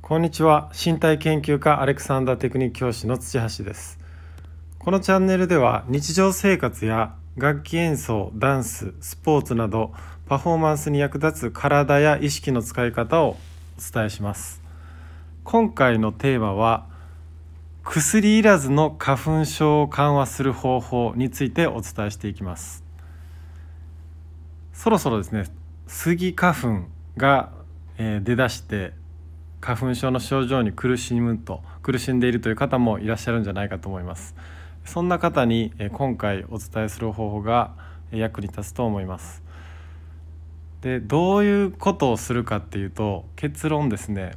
こんにちは。身体研究家アレクサンダーテクニック教師の土橋です。このチャンネルでは日常生活や楽器演奏、ダンス、スポーツなどパフォーマンスに役立つ体や意識の使い方をお伝えします。今回のテーマは薬いらずの花粉症を緩和する方法についてお伝えしていきます。そろそろですね、スギ花粉が出だして花粉症の症状に苦しんでいるという方もいらっしゃるんじゃないかと思います。そんな方に今回お伝えする方法が役に立つと思います。で、どういうことをするかっていうと、結論ですね、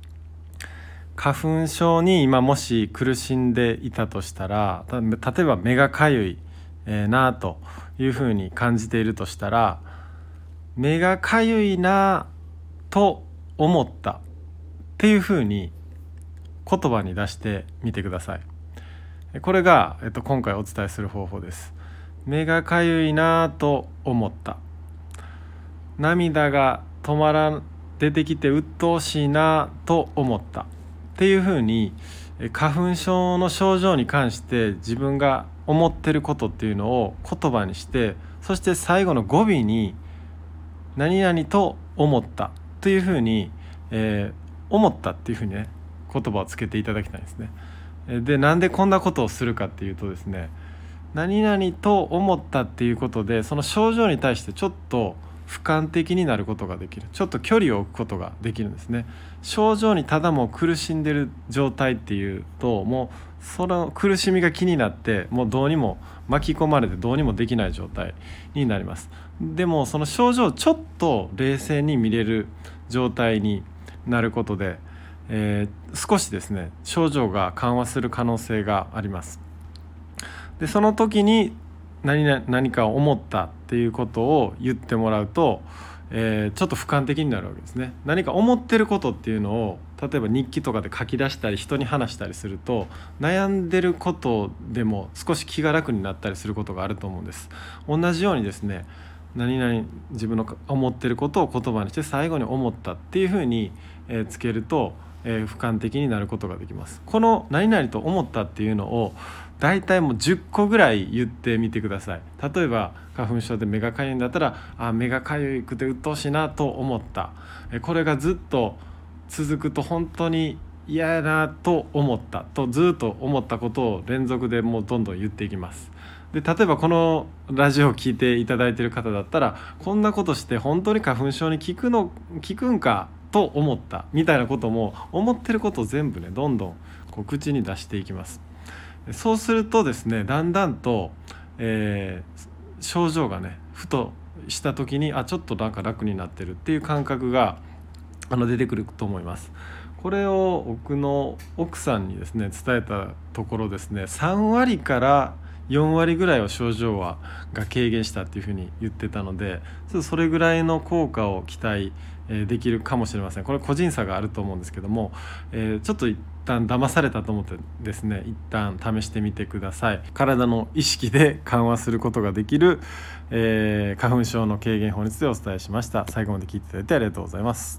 花粉症に今もし苦しんでいたとしたら、例えば目がかゆいなというふうに感じているとしたら、目がかゆいなと思ったっていうふうに言葉に出してみてください。これが、今回お伝えする方法です。目がかゆいなと思った、涙が出てきて鬱陶しいなと思ったっていうふうに、花粉症の症状に関して自分が思ってることっていうのを言葉にして、そして最後の語尾に何々と思ったというふうに、思ったっていうふうにね、言葉をつけていただきたいんですね。で、なんでこんなことをするかっていうとですね、何々と思ったっていうことで、その症状に対してちょっと俯瞰的になることができる、ちょっと距離を置くことができるんですね。症状にただもう苦しんでる状態っていうと、もうその苦しみが気になって、もうどうにも巻き込まれてどうにもできない状態になります。でもその症状をちょっと冷静に見れる状態になることで、少しですね、症状が緩和する可能性があります。で、その時に何か思ったっていうことを言ってもらうと、ちょっと俯瞰的になるわけですね。何か思ってることっていうのを例えば日記とかで書き出したり人に話したりすると、悩んでることでも少し気が楽になったりすることがあると思うんです。同じようにですね、自分の思ってることを言葉にして最後に思ったっていうふうにつけると、俯瞰的になることができます。この何々と思ったっていうのをだいたいもう10個ぐらい言ってみてください。例えば花粉症で目がかゆいんだったら、目がかゆくて鬱陶しいなと思った、これがずっと続くと本当に嫌やなと思ったとずっと思ったことを連続でもうどんどん言っていきます。で、例えばこのラジオを聞いていただいている方だったら、こんなことして本当に花粉症に効くんかと思ったみたいなことも、思ってることを全部ね、どんどん口に出していきます。そうするとですね、だんだんと、症状がね、ふとした時にちょっとなんか楽になってるっていう感覚が出てくると思います。これを僕の奥さんにですね伝えたところですね、3割から4割ぐらいは症状が軽減したっていうふうに言ってたので、ちょっとそれぐらいの効果を期待できるかもしれません。これ個人差があると思うんですけども、ちょっと一旦騙されたと思ってですね、一旦試してみてください。体の意識で緩和することができる、花粉症の軽減法についてお伝えしました。最後まで聞いていただいてありがとうございます。